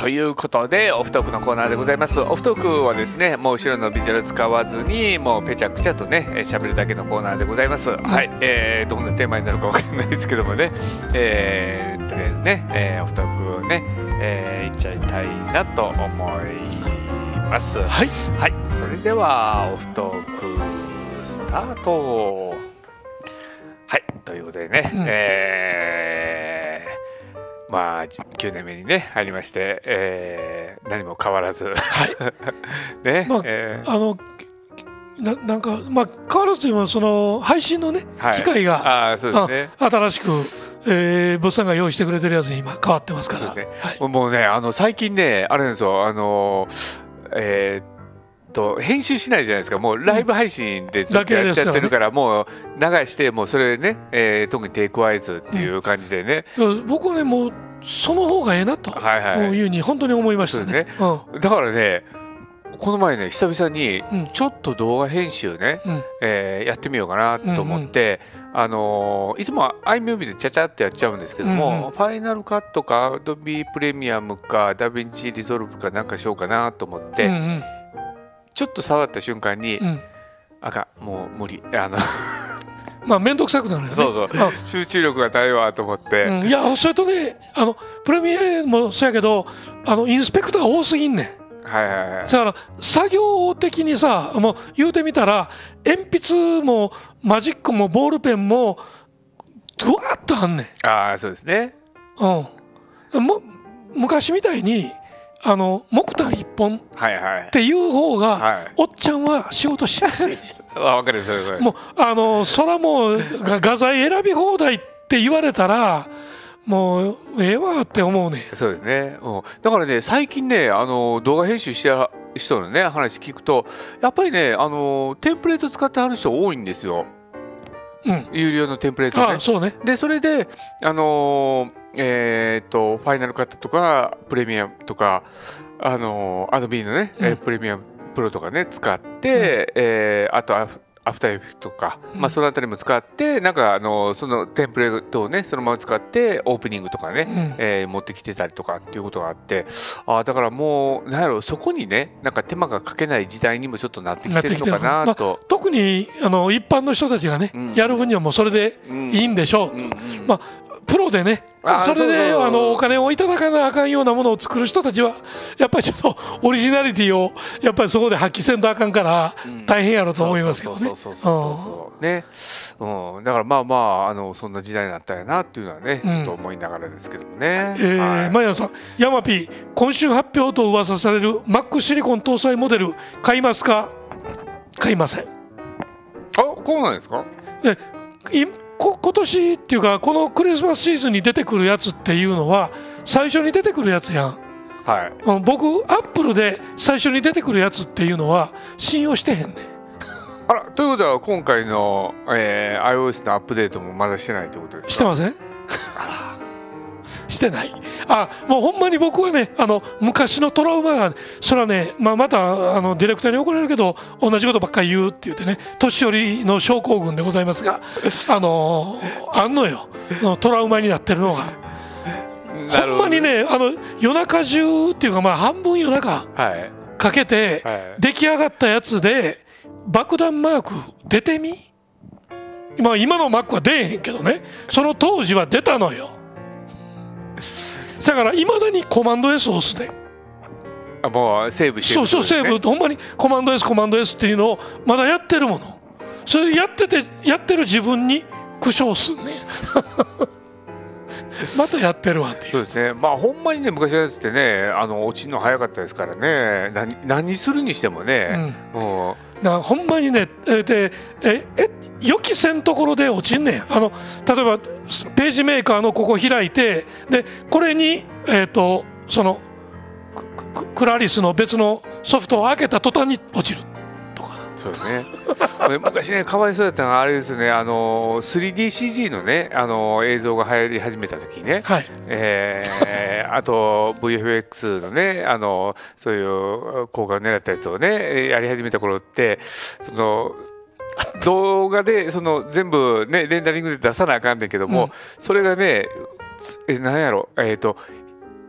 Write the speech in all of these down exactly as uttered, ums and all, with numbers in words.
ということでオフトークのコーナーでございます。オフトークはですね、もう後ろのビジュアル使わずにもうペチャクチャとね喋るだけのコーナーでございます。はい、えー、どんなテーマになるかわかんないですけどもね、えー、とりあえずね、えー、オフトークね、えー、いっちゃいたいなと思います。 はい、 はい、それではオフトークスタート。はい、ということでね、うん、えー、まあきゅうねんめにね入りまして、えー、何も変わらず、はいね、まあ、えー、あのななんかまあ変わらずというのはその配信のね、はい、機械があそうです、ね、新しく、えー、物産が用意してくれてるやつに今変わってますから。 ね、はい、もうねあの最近ねあれなんですよ、あのえーと編集しないじゃないですか。もうライブ配信でずっとやっちゃってるから、もう流してもうそれね、えー、特にテイクワイズっていう感じでね、 うん、僕はねもうその方がええなというふうに本当に思いましたね。 うん、だからねこの前ね久々にちょっと動画編集ね、うん、えー、やってみようかなと思って、うんうん、あのー、いつもは iMovie でちゃちゃってやっちゃうんですけども、うんうん、ファイナルカットか Adobe プレミアムか DaVinci Resolve かなんかしようかなと思って、うんうん、ちょっと触った瞬間に、うん、あかんもう無理あのまあ面倒くさくなるよね。 そうそう集中力が足りわと思って、 うん、いやそれとねあのプレミアもそうやけどあのインスペクター多すぎんねん。 はいはいはい、 だから作業的にさもう言うてみたら鉛筆もマジックもボールペンもドワーッとあんねん。 ああそうですね。 うんも昔みたいにあの木炭一本っていう方が、はいはい、おっちゃんは仕事しやすいね。 あ分かるそれもうあのそらもう画材選び放題って言われたらもうええわって思うね。 そうですね、うん、だからね最近ねあの動画編集してる人のね話聞くとやっぱりねあのテンプレート使ってはる人多いんですよ。うん、有料のテンプレートね。 ああそうね。 でそれであのーえー、とファイナルカットとかプレミアムとかあのアドビーのね、うん、プレミアムプロとかね使って、うん、えー、あとアフアフターエフェクトとか、うん、まあそのあたりも使ってなんかあのそのテンプレートをねそのまま使ってオープニングとかね、うん、えー、持ってきてたりとかっていうことがあって、あだからもうなんやろそこにねなんか手間がかけない時代にもちょっとなってきてるのかなと、 まあ、特にあの一般の人たちがね、うん、やる分にはもうそれでいいんでしょうと、うんうんうん、まあプロでねそれであのお金をいただかなあかんようなものを作る人たちはやっぱりちょっとオリジナリティをやっぱりそこで発揮せんとあかんから大変やろと思いますけどね。 だからまあまああのそんな時代になったんやなっていうのはね、うん、ちょっと思いながらですけどもね。 えーはい、マヤさんヤマピー今週発表と噂される Mac シリコン搭載モデル買いますか？買いません。 あこうなんですか？ えいこ今年っていうかこのクリスマスシーズンに出てくるやつっていうのは最初に出てくるやつやん、 はい、 僕アップルで最初に出てくるやつっていうのは信用してへんねん。 あらということは今回の、えー、iOS のアップデートもまだしてないってことですか？ してませんしてない。あもうほんまに僕はねあの昔のトラウマがそれはね、まあ、またあのディレクターに怒られるけど同じことばっかり言うって言ってね年寄りの症候群でございますがあのあんのよトラウマになってるのがほんまにねあの夜中中っていうかまあ半分夜中かけて出来上がったやつで爆弾マーク出てみ、まあ、今の Mac は出えへんけどねその当時は出たのよ。だからいまだにコマンド エス を押すで、 あもうセーブしてる、 ね、そうそうセーブほんまにコマンド エス コマンド エス っていうのをまだやってるもの。それやっててやってる自分に苦笑すんねまたやってるわっていう。 そうですね。まあほんまにね昔のやつってねあの落ちるの早かったですからね。何何するにしてもね、 うん、もうだからほんまにねえでええ予期せんところで落ちんねん。あの例えばページメーカーのここ開いてでこれにえっとそのクラリスの別のソフトを開けた途端に落ちるとか。 そうね昔ねかわいそうだったのはあれですねあの スリーディーシージー のねあの映像が流行り始めた時ね、 はいえー、あと ブイエフエックス のねあのそういう効果を狙ったやつをねやり始めた頃ってその動画でその全部ねレンダリングで出さなあかんねんけども、うん、それがねえなんやろえっと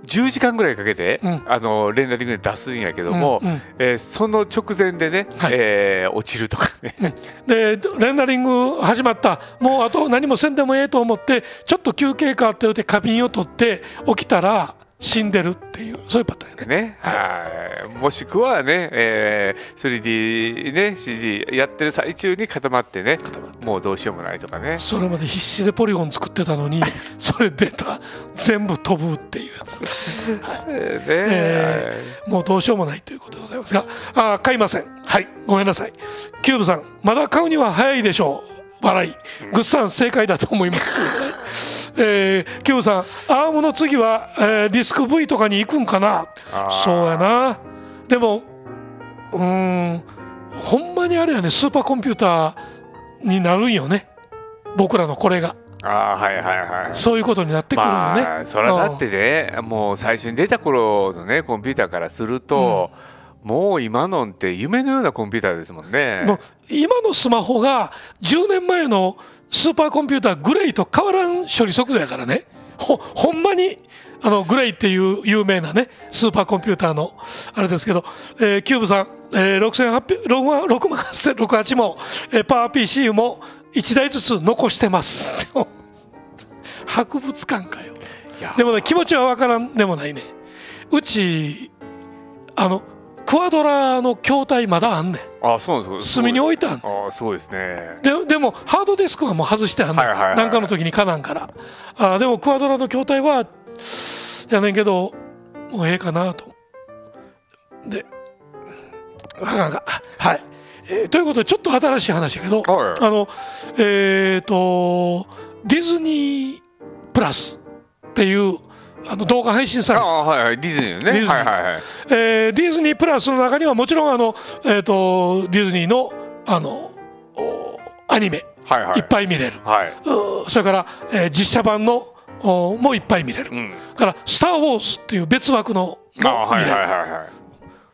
じゅうじかんぐらいかけて、 うん、 あのレンダリングで出すんやけども、うんうん、えー、その直前でね、はい、えー、落ちるとかね、 うん、でレンダリング始まった、もうあと何もせんでもええと思ってちょっと休憩かって言って花瓶を取って起きたら死んでるっていう、そういうパターンやね。 ね、はい、もしくはね、えー、スリーディー、ね、シージー やってる最中に固まってね、固まってもうどうしようもないとかね。 それまで必死でポリゴン作ってたのにそれ出た全部飛ぶっていうやつ、はい、ねえー、もうどうしようもないということでございますが、あ、買いません。はい、ごめんなさい。キューブさん、まだ買うには早いでしょう。笑い、グッさん正解だと思いますよね。えー、キューブさん、アームの次は、えー、ディスク V とかに行くんかな。そうやな。でもうーん、ほんまにあれやね、スーパーコンピューターになるんよね、僕らのこれが。 あ、はいはいはい、そういうことになってくるよね。 まあ、それはだってね、うん、もう最初に出た頃のねコンピューターからすると、うん、もう今のって夢のようなコンピューターですもんね。 もう今のスマホがじゅうねんまえのスーパーコンピューターグレイと変わらん処理速度やからね。 ほ, ほんまにあのグレイっていう有名なねスーパーコンピューターのあれですけど、えー、キューブさん、えー、ろくせんはっぴゃくろくまんはっせんろくじゅうはちも、えー、パワー ピーシー もいちだいずつ残してます博物館かよ。でもね、気持ちは分からんでもないね。うちあのクワドラの筐体まだあんねん。 あ、そうなんですか。 隅に置いてあんねん。あ、そうですね。 で, でもハードディスクはもう外してあんねん、なんかの時にかなんから。あ、でもクワドラの筐体はやねんけど、もうええかなと。で、あかんか、はい、えー、ということでちょっと新しい話やけど、はい、あのえっ、ー、とディズニープラスっていうあの動画配信サービス、 あ、はいはい、ディズニーね、ディズニー、はいはいはい、 えー、ディズニープラスの中にはもちろんあの、えー、とディズニーのあのアニメ、はいはい、いっぱい見れる、はい、それから、えー、実写版のもいっぱい見れる、うん、からスター・ウォーズっていう別枠のも見れる、はいはいはいはい、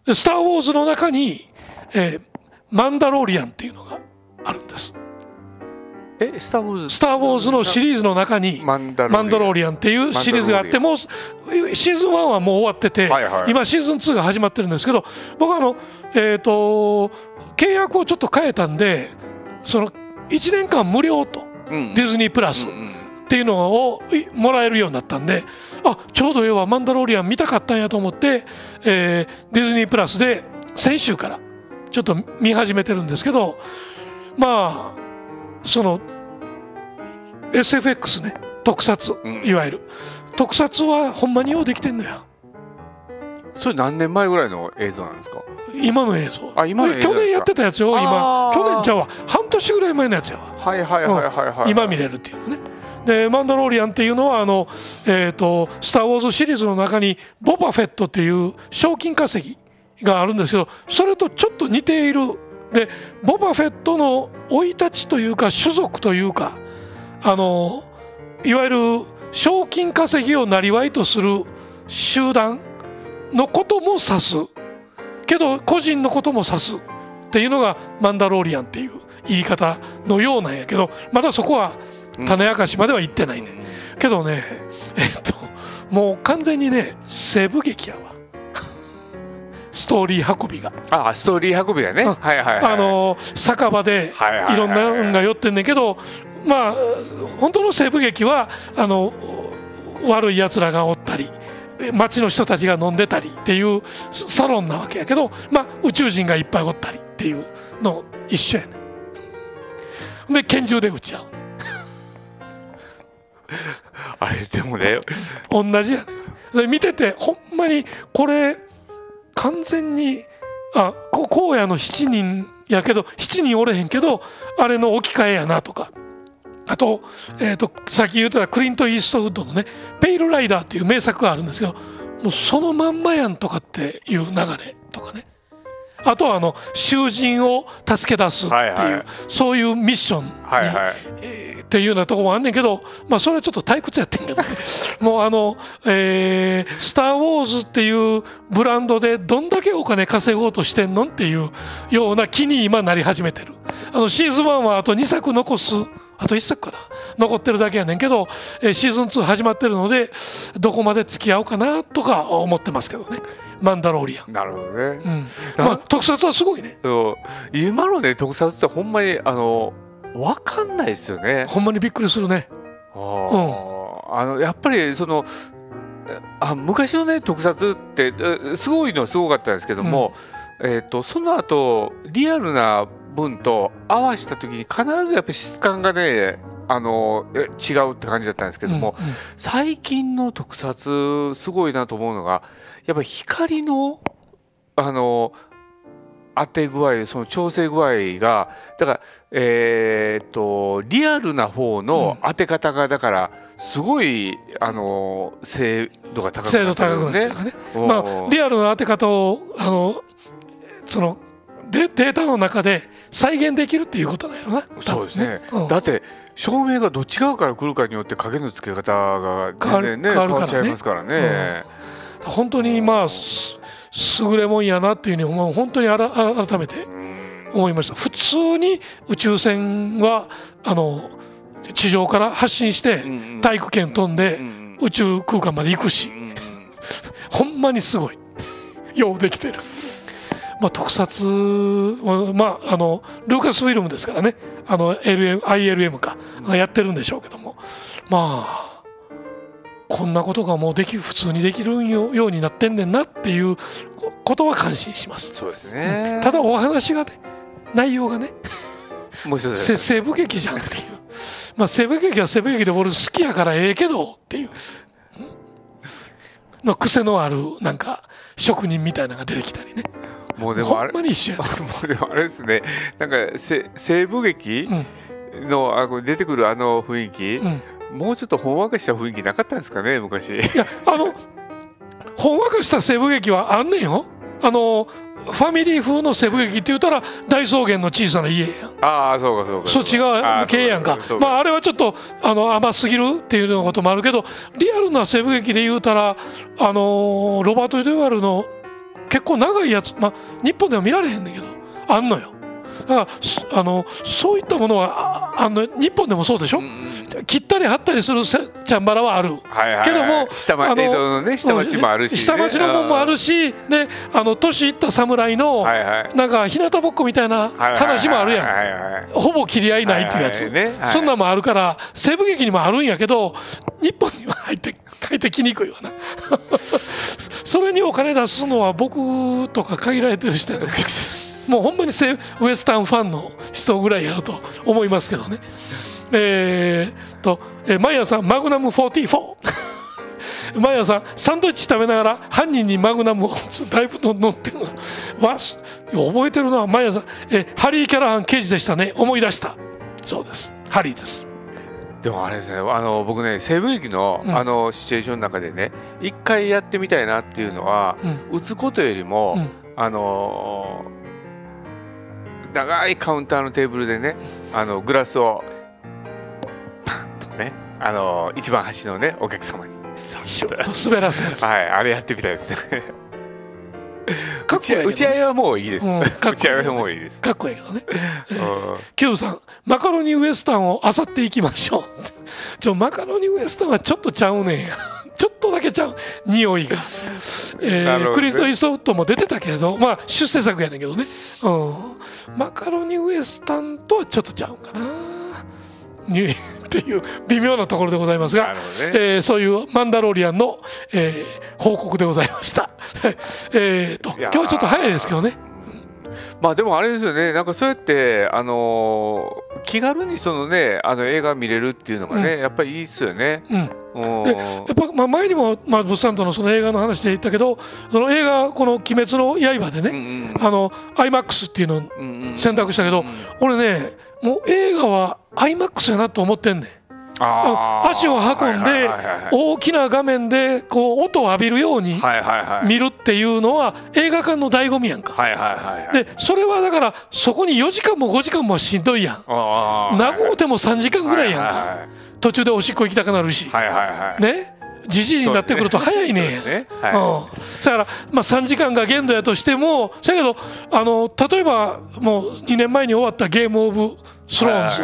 でスター・ウォーズの中に、えー、マンダロリアンっていうのがあるんです。 えスター・ウォーズスター・ウォーズのシリーズの中にマンダローリアンっていうシリーズがあって、もうシーズンワンはもう終わってて、はいはい、今シーズンツーが始まってるんですけど、僕はあの、えー、と契約をちょっと変えたんで、そのいちねんかん無料と、うん、ディズニープラスっていうのをもらえるようになったんで、あ、ちょうど要はマンダロリアン見たかったんやと思って、えー、ディズニープラスで先週からちょっと見始めてるんですけど、まあそのエスエフエックス ね、特撮、いわゆる、うん、特撮はほんまにようできてんのよ。 それ何年前ぐらいの映像なんですか？ 今の映像。 あ、今の映像。 去年やってたやつよ。今去年ちゃうわ、半年ぐらい前のやつやわ。 はいはいはいはいはい、はい、 今見れるっていうのね。でマンダローリアンっていうのはあの、えーと、スター・ウォーズシリーズの中にボバフェットっていう賞金稼ぎがあるんですけど、それとちょっと似ている。でボバフェットの生い立ちというか種族というか、あのいわゆる賞金稼ぎを生業とする集団のことも指すけど、個人のことも指すっていうのがマンダローリアンっていう言い方のようなんやけど、まだそこは種明かしまでは言ってないね、うん、けどね、えっともう完全にね西部劇やわストーリー運びが。 あ、ストーリー運びがね、うん、はいはいはい、 あの酒場でいろんなのが寄ってんねんけど、まあ本当の西部劇はあの悪いやつらがおったり街の人たちが飲んでたりっていうサロンなわけやけど、まあ宇宙人がいっぱいおったりっていうの一緒やねん。で拳銃で撃ち合うねあれでもね同じやねん。で見ててほんまにこれ完全にあ荒野のしちにんやけどしちにんおれへんけどあれの置き換えやなとか、あと、えーとさっき言ってたクリント・イーストウッドのねペイルライダーっていう名作があるんですけど、もうそのまんまやんとかっていう流れとかね、あとはあの囚人を助け出すっていう、はいはい、そういうミッションに、はいはい、えー、っていうようなところもあんねんけど、まあそれはちょっと退屈やってんけど、ね、もうあの、えー、スター・ウォーズっていうブランドでどんだけお金稼ごうとしてんのっていうような気に今なり始めてる。あのシーズンワンはあとにさく残すあといっさくかな残ってるだけやねんけど、えーシーズンツー始まってるのでどこまで付き合おうかなとか思ってますけどね、マンダロリアン。 なるほどね。 うんまあ、特撮はすごいね。 そう今のね特撮ってほんまにあの分かんないですよね。 ほんまにびっくりするね。 あーあのやっぱりそのあ昔のね特撮ってえすごいのはすごかったんですけども、えー、とその後リアルな分と合わせた時に必ずやっぱり質感がねあのえ違うって感じだったんですけども、 うんうん最近の特撮すごいなと思うのがやっぱり光のあの当て具合その調整具合がだからえーっとリアルな方の当て方がだからすごいあの精度が高く精度なってる高くなってねるからね。 うんまあリアルな当て方をあのそのデデータの中で再現できるっていうことだよな。 そうですね多分うんだって照明がどっち側から来るかによって影の付け方が全然ね変わる変わるからね変わっちゃいますからね。 本当にまあす優れもんやなっていうふうにもう本当にあらあら改めてうん思いました。普通に宇宙船はあの地上から発信してうん大気圏飛んでうん宇宙空間まで行くし、 うんほんまにすごいようできてる。まあ、特撮は、まあ、あのルーカスフィルムですからね、あの エルエム アイエルエム かがやってるんでしょうけども、まあこんなことがもうでき普通にできるようになってんねんなっていうことは感心します。 そうですね。 ただお話がね内容がねもう一つせ西部劇じゃんっていう、まあ西部劇は西部劇で俺好きやからええけどっていうの癖のあるなんか職人みたいなのが出てきたりね。 もうでもあれほんまに一緒やね。 もうでもあれですねなんかせ西部劇うんのあこう出てくるあの雰囲気、 うん、 もうちょっとほんわかした雰囲気なかったんですかね昔。 いやあのほんわかした西部劇はあんねんよ。あのファミリー風の西部劇って言ったら大草原の小さな家やん。 ああそうかそうかそっちが経営やんか。まああれはちょっとあの甘すぎるっていうようなこともあるけど、リアルな西部劇で言うたらあのロバート・デュワルの結構長いやつ、まあ日本では見られへんねんけどあんのよ。だからあのそういったものはああの日本でもそうでしょ、 うんうん切ったり貼ったりするせチャンバラはある。 はいはい、 けども下町あの江戸のね下町もあるし、ね、 下町のもんもあるし、ね、あの年いった侍のはいはいなんか日向ぼっこみたいな話もあるやん。 はいはいはいほぼ切り合いないっていうやつ、 はいはいねはいそんなんもあるから西部劇にもあるんやけど日本には入って入ってきにくいわなそれにお金出すのは僕とか限られてる人やと思うもうほんまにセウエスタンファンの人ぐらいやると思いますけどね。えー、と、えー、毎朝マグナムフォーティーフォー毎朝サンドイッチ食べながら犯人にマグナムをだいぶ乗ってるのわ覚えてるな。毎朝、えー、ハリー・キャラハン刑事でしたね。思い出した。そうです、ハリーです。 でもあれですねあの僕ね西部劇の、 うん、 あのシチュエーションの中でね一回やってみたいなっていうのは、うん、打つことよりも、うん、あのー、長いカウンターのテーブルでねあのグラスをパンとねあのー、一番端のねお客様にシュッと滑らすやつはいあれやってみたいですねかっこいいけどね、 打ち合いはもういいです、うん、打ち合いはもういいですかっこいいけどねキューさんマカロニウエスタンをあさっていきましょうちょマカロニウエスタンはちょっとちゃうねんちょっとだけちゃう匂いが、えーね、クリント・イーストウッドも出てたけどまあ出世作やねんけどね、うん、マカロニウエスタンとはちょっとちゃうかなっていう微妙なところでございますが、ねえー、そういうマンダロリアンの、えー、報告でございましたえと今日はちょっと早いですけどね。 まあでもあれですよねなんかそうやってあのー、気軽にそのねあの映画見れるっていうのがね、うん、やっぱりいいっすよね。 うん、でやっぱまあ前にもまあ物産とのその映画の話で言ったけどその映画この「鬼滅の刃」でね、うんうん、あの アイマックス っていうのを選択したけど、うんうん、俺ねもう映画は アイマックス やなと思ってんねん。あ足を運んで大きな画面でこう音を浴びるように見るっていうのは映画館の醍醐味やんか。でそれはだからそこによじかんもごじかんもしんどいやん。長うてもさんじかんぐらいやんか。途中でおしっこ行きたくなるしねじじいになってくると早いねん。だからまあさんじかんが限度やとしてもだけどあの例えばもうにねんまえに終わったゲームオブスローンズ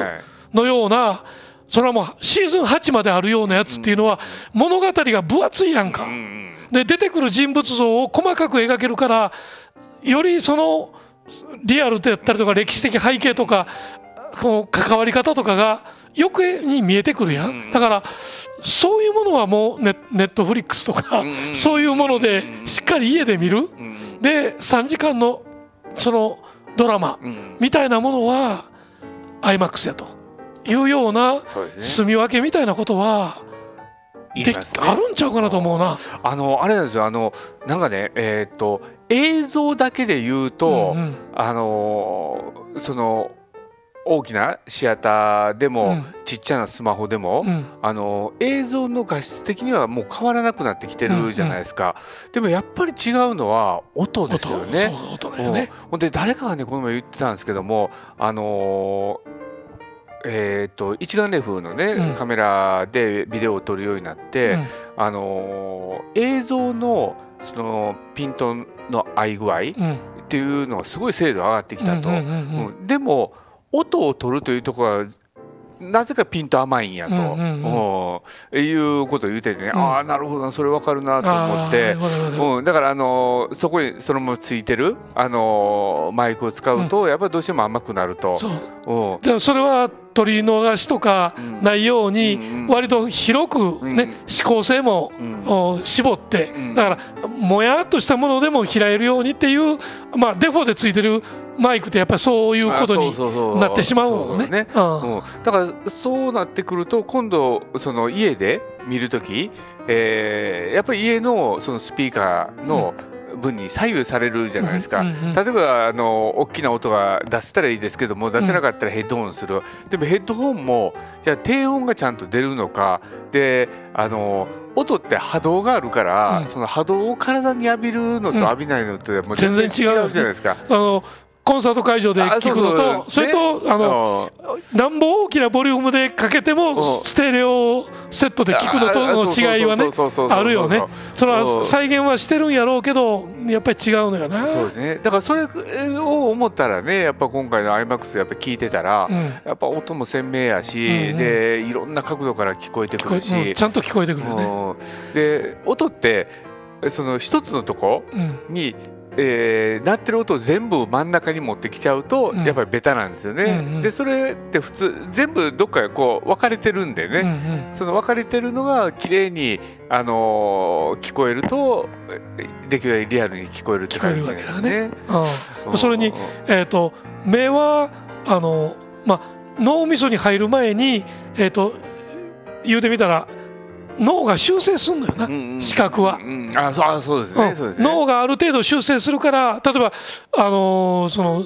のような、それはもうシーズンはちまであるようなやつっていうのは物語が分厚いやんか。で出てくる人物像を細かく描けるから、よりそのリアルであったりとか歴史的背景とかこう関わり方とかが余計に見えてくるやん。だからそういうものはもうネットフリックスとかそういうものでしっかり家で見る。でさんじかんのそのドラマみたいなものは アイマックス やというような住み分けみたいなことはであるんちゃうかなと思うな。 あのあれなんですよ、あのなんかね、えー、っと映像だけで言うと、うんうん、あのその大きなシアターでも、うん、ちっちゃなスマホでも、うん、あの映像の画質的にはもう変わらなくなってきてるじゃないですか、うんうん、でもやっぱり違うのは音ですよね。 音、音だよね。 ほんで誰かがねこの前言ってたんですけども、あのーえー、と一眼レフのね、うん、カメラでビデオを撮るようになって、うん、あのー、映像のそのピントの合い具合っていうのがすごい精度上がってきたと。でも音を撮るというところはなぜかピント甘いんやと、うんうんうん、いうことを言っててね、うん、ああなるほどそれ分かるなと思って、うん、だからあのそこにそのままついてるあのマイクを使うと、うん、やっぱりどうしても甘くなると。 そう、うん、でそれは取り逃しとかないように割と広くね、指向性も絞って、だからもやっとしたものでも拾えるようにっていう、まあデフォでついてるマイクってやっぱりそういうことになってしまうのね。 だからそうなってくると今度その家で見るとき、えー、やっぱり家のそのスピーカーの分に左右されるじゃないですか。例えばあの大きな音が出せたらいいですけども、出せなかったらヘッドホンする、うん、でもヘッドホンもじゃあ低音がちゃんと出るのかで、あの音って波動があるから、うん、その波動を体に浴びるのと浴びないのともう全然違うじゃないですか。 あのコンサート会場で聞くのと、それとあのなんぼ大きなボリュームでかけてもステレオセットで聞くのとの違いはねあるよね。それは再現はしてるんやろうけどやっぱり違うのよな。 そうですね。だからそれを思ったらね、やっぱ今回の アイマックス やっぱ聞いてたら、うん、やっぱ音も鮮明やし、うんうん、でいろんな角度から聞こえてくるし、 うん、ちゃんと聞こえてくるよね。 で音ってその一つのとこに、うんえー、鳴ってる音を全部真ん中に持ってきちゃうと、うん、やっぱりベタなんですよね、うんうん、でそれって普通全部どっかこう分かれてるんでね、うんうん、その分かれてるのが綺麗に、あのー、聞こえるとできるだけリアルに聞こえるって感じですよね。 うん、それに、えーと、目はあの、まあ、脳みそに入る前に、えーと、言うてみたら脳が修正するのよな、うんうん、視覚は、 うんうん、あそうあそうですね、うん、そうですね。 脳がある程度修正するから、例えばあのー、その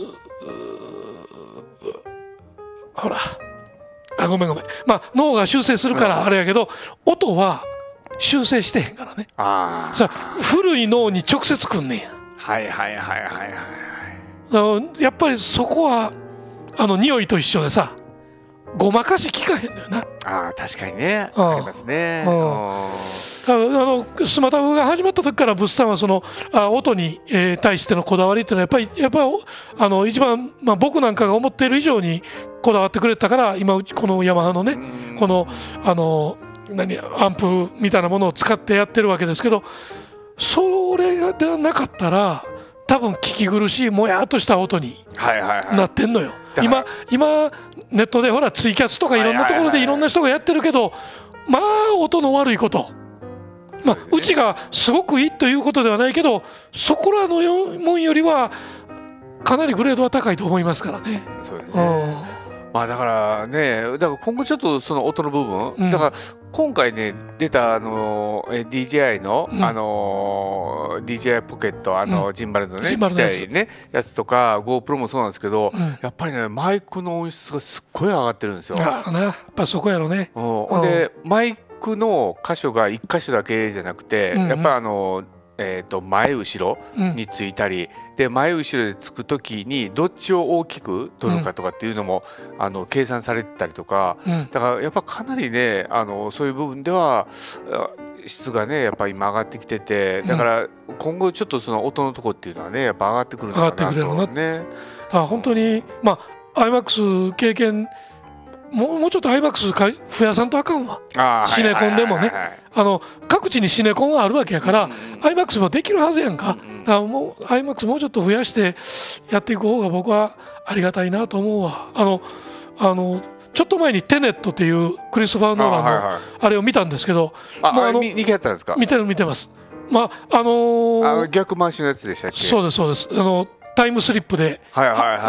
ほらあごめんごめんまあ脳が修正するからあれやけど、うん、音は修正してへんからね。あさ古い脳に直接くんねんや。 はいはいはいはいはい。 やっぱりそこはあの匂いと一緒でさ、ごまかし聞かへんのよな。 あ確かにね、うん、ありますね。うん、 あのスマタブが始まった時から物産はそのあ音に、えー、対してのこだわりっていうのはやっぱりやっぱりあの一番、まあ、僕なんかが思っている以上にこだわってくれたから、今このヤマハのねこのあの何アンプみたいなものを使ってやってるわけですけど、それではなかったら多分聞き苦しいもやっとした音になってんのよ。今今ネットでほらツイキャスとかいろんなところでいろんな人がやってるけど、まあ音の悪いこと、まあうちがすごくいいということではないけど、そこらのもんよりはかなりグレードは高いと思いますからね。 そうですね。まあだからね、だから今後ちょっとその音の部分、うん、だから今回ね出たあの ディージェーアイ の、うん、あの ディージェーアイ ポケット、あの、うん、ジンバルのねちっちゃいねやつとか GoPro もそうなんですけど、うん、やっぱりねマイクの音質がすっごい上がってるんですよ。 ああな、やっぱそこやろね。 うん、でマイクの箇所がいっ箇所だけじゃなくて、うんうん、やっぱりあのえー、と前後ろについたり、うん、で前後ろでつく時にどっちを大きく取るかとかっていうのも、うん、あの計算されてたりとか、うん、だからやっぱかなりねあのそういう部分では質がねやっぱり今上がってきてて、だから今後ちょっとその音のとこっていうのはねやっぱ上がってくるのかなと、ね、 上がってくれるな。だから本当にまあ アイマックス 経験もうもうちょっと アイマックス か増やさんとあかんわ。シネコンでもね、あの各地にシネコンはあるわけやから、うん、アイマックス もできるはずやんか、うん、だからもう アイマックス もうちょっと増やしてやっていく方が僕はありがたいなと思うわ。あのあのちょっと前にテネットっていうクリストファー・ノーランのあれを見たんですけど、 あ、まあ、あの見てたんですか？ 見てる見てます。まああのー、 あ逆回しのやつでしたっけ？ そうですそうです。あのタイムスリップで、 はいはいはい、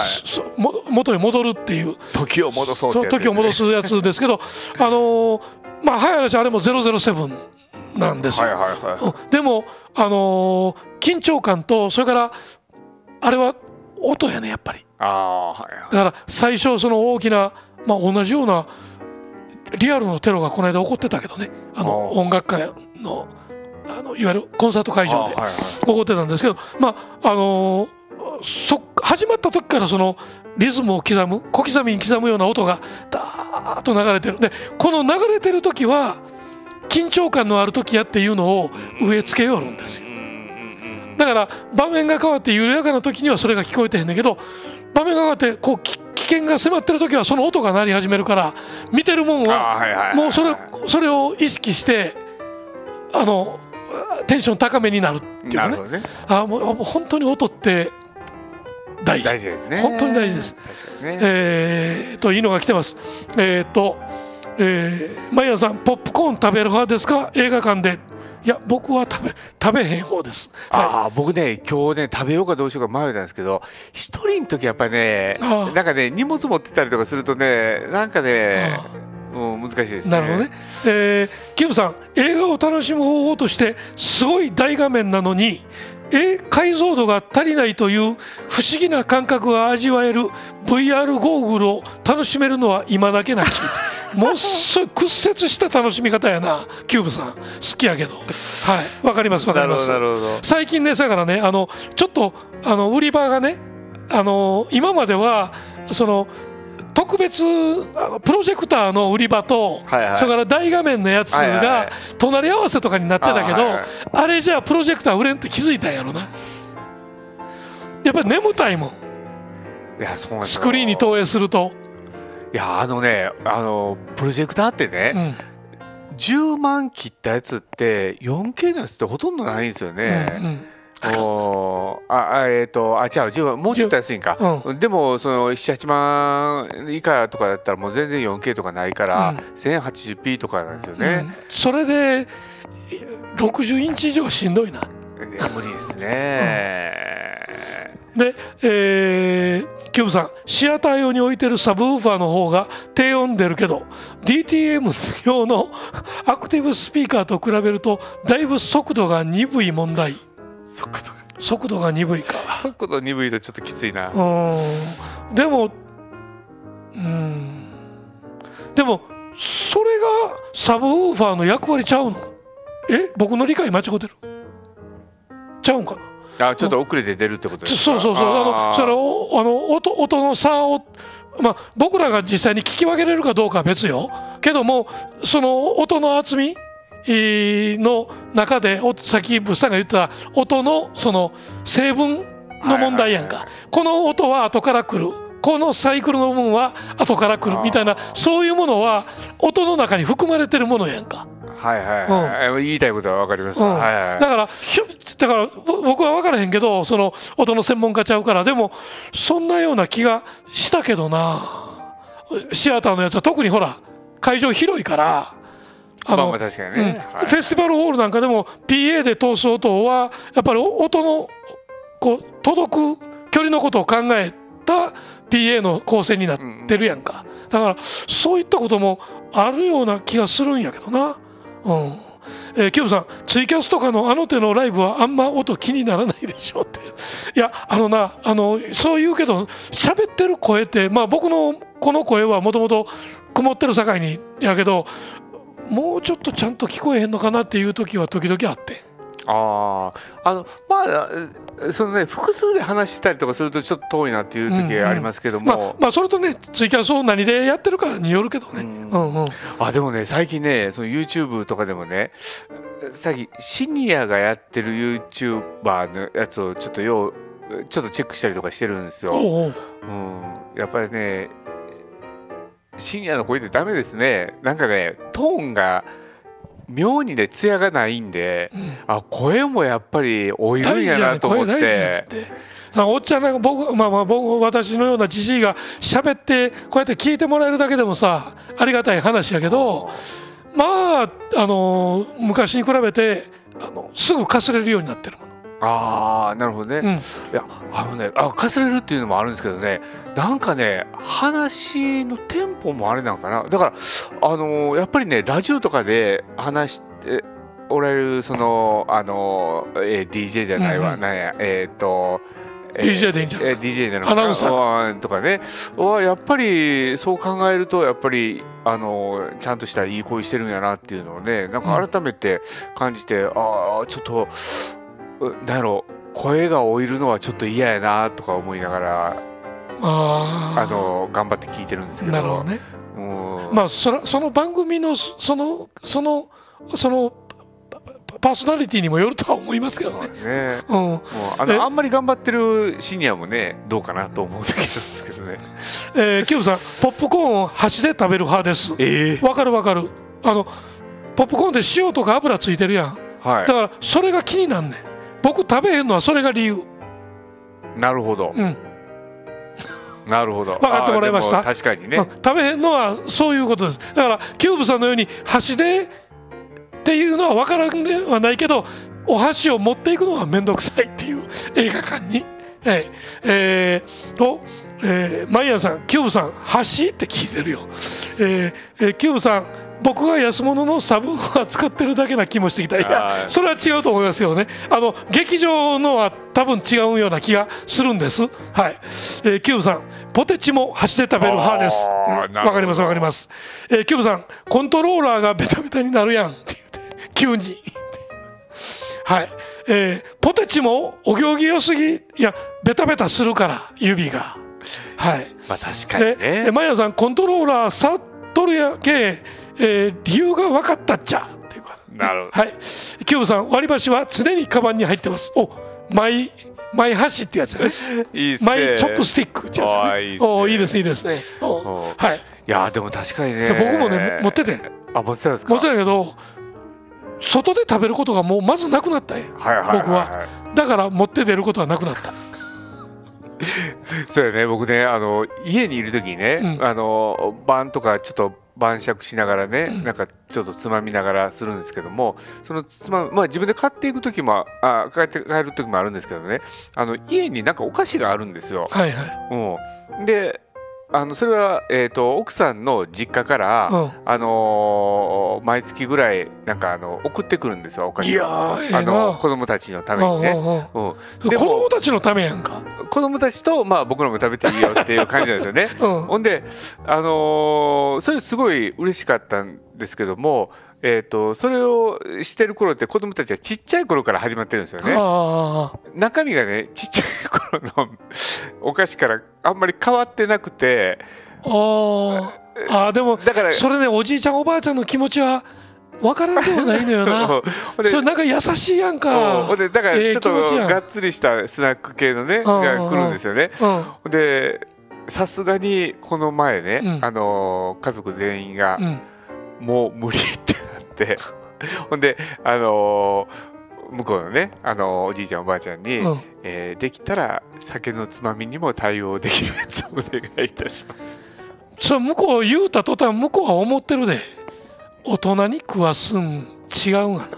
も元に戻るっていう時を戻そうってやつですね。 時を戻すやつですけどあのー、まあ早い話あれもゼロゼロセブンなんですよ、はいはいはい、でも、あのー、緊張感とそれからあれは音やねやっぱり。あ、はいはい、だから最初その大きな、まあ、同じようなリアルのテロがこの間起こってたけどね、あの音楽会のあのいわゆるコンサート会場で起こってたんですけど、まああのー、そ始まった時からそのリズムを刻む小刻みに刻むような音がダーッと流れてる。でこの流れてる時は緊張感のある時やっていうのを植え付けよるんですよ。だから場面が変わって緩やかな時にはそれが聞こえてへんねんけど、場面が変わってこう危険が迫ってる時はその音が鳴り始めるから、見てるもんはもうそれそれを意識してあのテンション高めになるっていうか ね, ねあもう本当に音って大事、大事ですね、本当に大事です。確かにね、えー、というのが来てます。えー、っと、えー、マイヤさんポップコーン食べる派ですか映画館で？いや僕は食べ食べへん方です。 あ、はい、僕ね今日ね食べようかどうしようか迷ったんですけど、一人の時やっぱりねなんかね荷物持ってたりとかするとねなんかねもう難しいですね。 なるほどね。えー、キムさん映画を楽しむ方法としてすごい大画面なのにえ解像度が足りないという不思議な感覚が味わえる ブイアール ゴーグルを楽しめるのは今だけなきもっそい屈折した楽しみ方やな。キューブさん好きやけど、はいわかりますわかります。 なるほど。 最近ねだからねあのちょっとあの売り場がねあの今まではその特別プロジェクターの売り場と、はいはい、それから大画面のやつが隣り合わせとかになってたけど、はいはい、あれじゃあプロジェクター売れんって気づいたんやろな。やっぱり眠たいもん。 いやそうなんスクリーンに投影すると。 いやあのねあのプロジェクターってね、うん、じゅうまん切ったやつって よんケー のやつってほとんどないんですよね。うんうんおあえー、とあ違うじゅうまんもうちょっと安いんか、うん、でもそのななはちまん以下とかだったらもう全然 よんケー とかないから、うん、せんはちじゅうピー とかなんですよね、うん、 それでろくじゅうインチ以上はしんどいな。 無理ですね、 うん、で、えー、キューブさんシアター用に置いてるサブウーファーの方が低音出るけど ディーティーエム 用のアクティブスピーカーと比べるとだいぶ速度が鈍い問題。 速度が速度が鈍いか。 速度鈍いとちょっときついな。 うんでもうんでもそれがサブウーファーの役割ちゃうの？え僕の理解間違ってるちゃうんかな。あちょっと遅れて出るってことですか？ そうそうそうあのそれあの 音, 音の差を、まあ、僕らが実際に聞き分けれるかどうかは別よけどもその音の厚みの中でさっきブッさんが言った音のその成分の問題やんか。この音は後から来るこのサイクルの部分は後から来るみたいなそういうものは音の中に含まれてるものやんか。 はいはい、はいうん、言いたいことは分かります、うんはいはい、 だからだから僕は分からへんけどその音の専門家ちゃうからでもそんなような気がしたけどな。シアターのやつは特にほら会場広いからあの、まあ、確かにね、うんはい、フェスティバルホールなんかでも ピーエー で通す音はやっぱり音のこう届く距離のことを考えた ピーエー の構成になってるやんか。だからそういったこともあるような気がするんやけどな。うんえー、キューブさんツイキャスとかのあの手のライブはあんま音気にならないでしょって。いやあのなあのそう言うけど喋ってる声ってまあ僕のこの声はもともと曇ってる境にやけどもうちょっとちゃんと聞こえへんのかなっていう時は時々あって。 ああのまあそのね複数で話してたりとかするとちょっと遠いなっていう時ありますけども、 うんうんまあ、まあそれとねツイキャスを何でやってるかによるけどね、うんうんうん、 あでもね最近ねその YouTube とかでもね最近シニアがやってる YouTuber のやつをちょっとようちょっとチェックしたりとかしてるんですよ。おうおう、うん、やっぱりね深夜の声ってダメですね。なんかねトーンが妙にね艶がないんで、うん、あ声もやっぱり老いるんやなと思って。 おっちゃんなんか僕、まあ、まあ僕私のようなじじいが喋ってこうやって聞いてもらえるだけでもさありがたい話やけど、まああの昔に比べてあのすぐかすれるようになってるもの。 ああなるほどね、うん、いやあのねあかすれるっていうのもあるんですけどね、なんかね話のテンポもあれなんかな。だからあのー、やっぱりねラジオとかで話しておられるそのあのーえー、ディージェー じゃないわ、うんうん、なんやえっ、ー、とディージェー でいいんじゃないですか。 ディージェー なのかアナウンサーとかねはやっぱりそう考えるとやっぱりあのちゃんとしたいい声してるんやなっていうのをねなんか改めて感じて、うん、ああちょっとなんやろ声が老いるのはちょっと嫌やなとか思いながらああの頑張って聞いてるんですけど。 なるほどね。うんまあその、その番組のそのそのそのパーソナリティにもよるとは思いますけどね。そうですね。うん、もうあのあんまり頑張ってるシニアもねどうかなと思うんですけどね。 えー、キューブさんポップコーンを箸で食べる派です。えー、わかるわかる。あのポップコーンで塩とか油ついてるやん、はい、だからそれが気になんねん。僕食べへんのはそれが理由。 なるほど、うん、なるほど。 分かってもらいました。 確かにね、 うん、食べへんのはそういうことです。だからキューブさんのように箸でっていうのは分からんではないけどお箸を持っていくのは面倒くさいっていう映画館に、はいえー、と、えー、マイヤンさんキューブさん箸って聞いてるよ、えーえー、キューブさん僕が安物のサブウーファー使ってるだけな気もしてきた。いやそれは違うと思いますけどね。あの劇場のは多分違うような気がするんです。はい、えー、キューブさんポテチも箸で食べる派です。わ、うん、かりますわかります、えー、キューブさんコントローラーがベタベタになるやんって言って急にはい、えー、ポテチもお行儀良すぎいやベタベタするから指がはいまあ確かにね。 でマヤさんコントローラーさっとるやけえー、理由が分かったっちゃっていうか、 ね、なるほど。 はい、キューブさん割り箸は常にカバンに入ってます。おマイマイ箸ってやつやね。 いいっすね。 マイチョップスティックってやつやね。いいっすね。おいいですいいですね。はい。 いやでも確かにね。 僕もね持ってて。 あ持ってたんですか。 持ってたけど外で食べることがもうまずなくなったんや。はいはいはいはい、僕は。だから持って出ることはなくなった。 そうやね僕ねあの家にいる時にね、うん、あの晩とかちょっと晩酌しながらね、うん、なんかちょっとつまみながらするんですけどもそのつまみ、まあ、自分で買っていく時もあ帰って帰る時もあるんですけどねあの家になんかお菓子があるんですよ。 はいはい、 うん、であのそれは、えー、と奥さんの実家から、うんあのー、毎月ぐらいなんかあの送ってくるんですよお菓子を。いやー、あの子供たちのためにね。 子供たちのためやんか。 子供たちと、まあ、僕らも食べていいよっていう感じなんですよね。うん、ほんで、あのー、それすごい嬉しかったんですけども、えー、とそれをしてる頃って子供たちはちっちゃい頃から始まってるんですよね。中身がねちっちゃい頃のお菓子からあんまり変わってなくてああでもだからそれねおじいちゃんおばあちゃんの気持ちは分からんではないのよなそれなんか優しいやんか。 でだからちょっとがっつりしたスナック系のねが来るんですよね。でさすがにこの前ね、うん、あの家族全員が、うん、もう無理ってなってほんであの向こうのね、あのおじいちゃんおばあちゃんに、うんえー、できたら酒のつまみにも対応できるやつをお願いいたします。 それ向こう言うた途端向こうは思ってるで大人に食わすん違うがな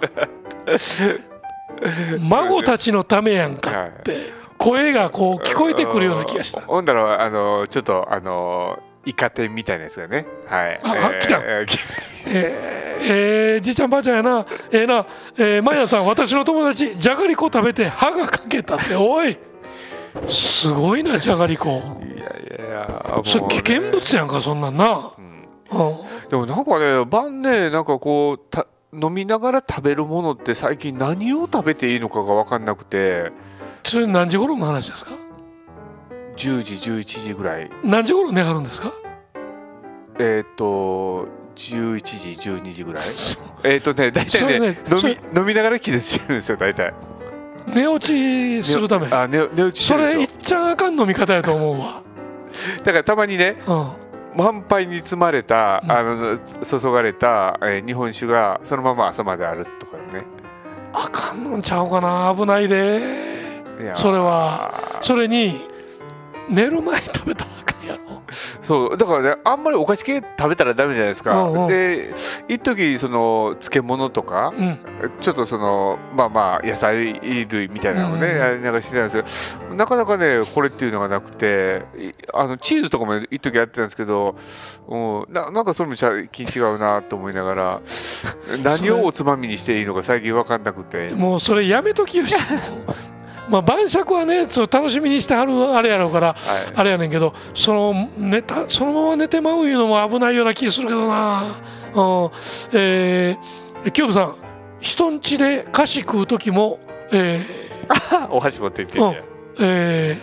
孫たちのためやんかって声がこう聞こえてくるような気がした。 ほんだらあのちょっとあのイカ天みたいなやつがねはいあ、えー、来たえーえー、じいちゃんばあちゃんやなえー、な、えー、マヤさん私の友達じゃがりこ食べて歯が欠けたっておいすごいなじゃがりこ。いやいやいやそれ危険物やんかそんなんな、うんうん、でもなんかね晩ねなんかこうた飲みながら食べるものって最近何を食べていいのかが分かんなくて。 それ何時頃の話ですか。 じゅうじじゅういちじぐらい。 何時頃寝はるんですか。 えっ、ー、とじゅういちじじゅうにじぐらい。えっとね大体ね、ね飲み飲みながら気絶してるんですよ大体。 寝落ちするため。 あ寝寝落ちしてるんですよ。 それいっちゃんあかん飲み方やと思うわ。 だからたまにね、うん、 満杯に積まれた、 うんあの注がれた、えー日本酒がそのまま朝まであるとかね。 あかんのんちゃうかな、危ないで。 いやそれはそれに寝る前に食べたらあかんやろ。 そうだからね、あんまりお菓子系食べたらダメじゃないですか。 うんうんで一時その漬物とか、 うんちょっとそのまあまあ野菜類みたいなのをね、 うんやりながらしてたんですけど、なかなかねこれっていうのがなくて、いあのチーズとかも一時やってたんですけど、うん、ななんかそれも最近違うなと思いながら何をおつまみにしていいのか最近分かんなくて。 もうそれやめときよし。まあ晩酌はね、そう楽しみにしてはるあれやろうから、 はい、 あれやねんけど、その寝たそのまま寝てまういうのも危ないような気がするけどな。うん、えー、キューブさん、人んちで菓子食う時も、えーお箸持っていってんうんねや。 え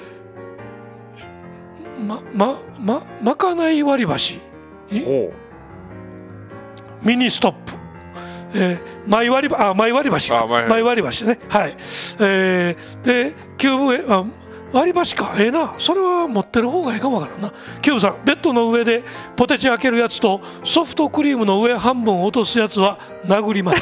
ー、ままままかない割り箸、 おうミニストップ、えー、前割りあ前割り箸かあ前前割り箸ね、はい、えー、でキューブへあ割り箸か、ええな、それは持ってる方がええかもわからんな。キューブさん、ベッドの上でポテチ開けるやつとソフトクリームの上半分落とすやつは殴ります。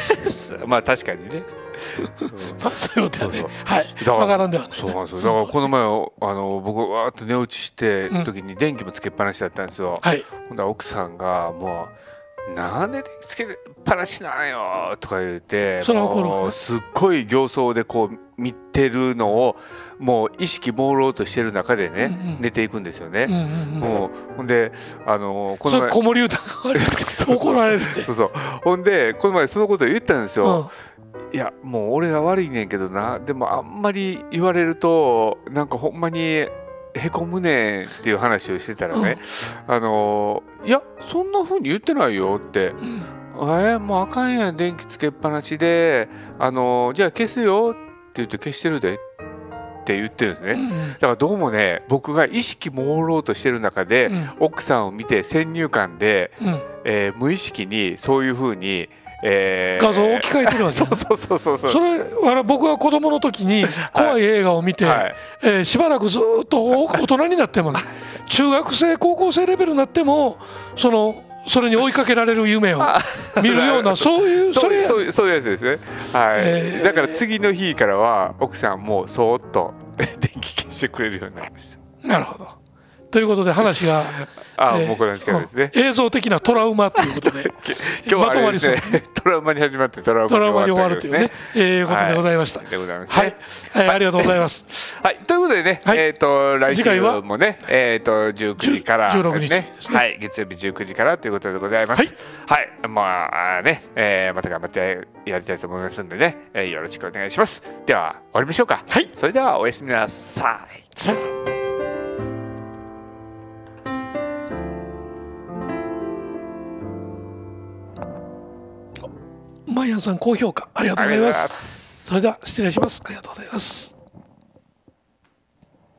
まあ確かにね。 まあそういうことやね。 そうそうはい、 だからわからんではない。 そうなんですよ。だからこの前あの僕わーっと寝落ちして時に電気もつけっぱなしだったんですよ。 はい、 ほんだら奥さんがもうなんで電気つけっぱなしなんよとか言ってそれは怒るわもうすっごい形相でこう見てるのをもう意識朦朧としてる中でね、 うんうん寝ていくんですよね。 うんうんうん、 もうほんであのこその前れ子守歌が悪い怒られるってそうそうほんでこの前そのことを言ったんですよ。 うんいやもう俺が悪いねんけどな、でもあんまり言われるとなんかほんまにへこむねんっていう話をしてたらね、あのいやそんな風に言ってないよって、 うんえー、もうあかんやん電気つけっぱなしで、あのじゃあ消すよって言って消してるでって言ってるんですね。 うんだからどうもね僕が意識朦朧としてる中で、 うん奥さんを見て先入観で、 うんえー無意識にそういう風にえー画像を置き換えてるわけそうそうそうそうそう。 それあれ僕は子供の時に怖い映画を見て、 はいえーしばらくずっと大人になってもね中学生高校生レベルになってもそのそれに追いかけられる夢を見るようなそういうそそうれそうそういうやつですね。はい、 えーだから次の日からは奥さんもそーっと電気消してくれるようになりました。 なるほど。ということで話があ、 えーもうこの時間ですね。 うん映像的なトラウマということで今日はあれですまねトラウマに始まってトラウトラウママにに終わるというね、えーことでございました。 でございますはいね。、 えーありがとうございます。 はい、ということでね、 はいえっ、と来週次回はもね、えっ、とじゅうくじから、 じゅうろくにちねですねはい、月曜日じゅうくじからということでございます。はい、まあね、えーまた頑張ってやりたいと思いますんでね、えーよろしくお願いします。では終わりましょうか。 はい、 それではおやすみなさい。 さよなら。マイアンさん高評価ありがとうございます。 す。 それでは失礼します。ありがとうございます。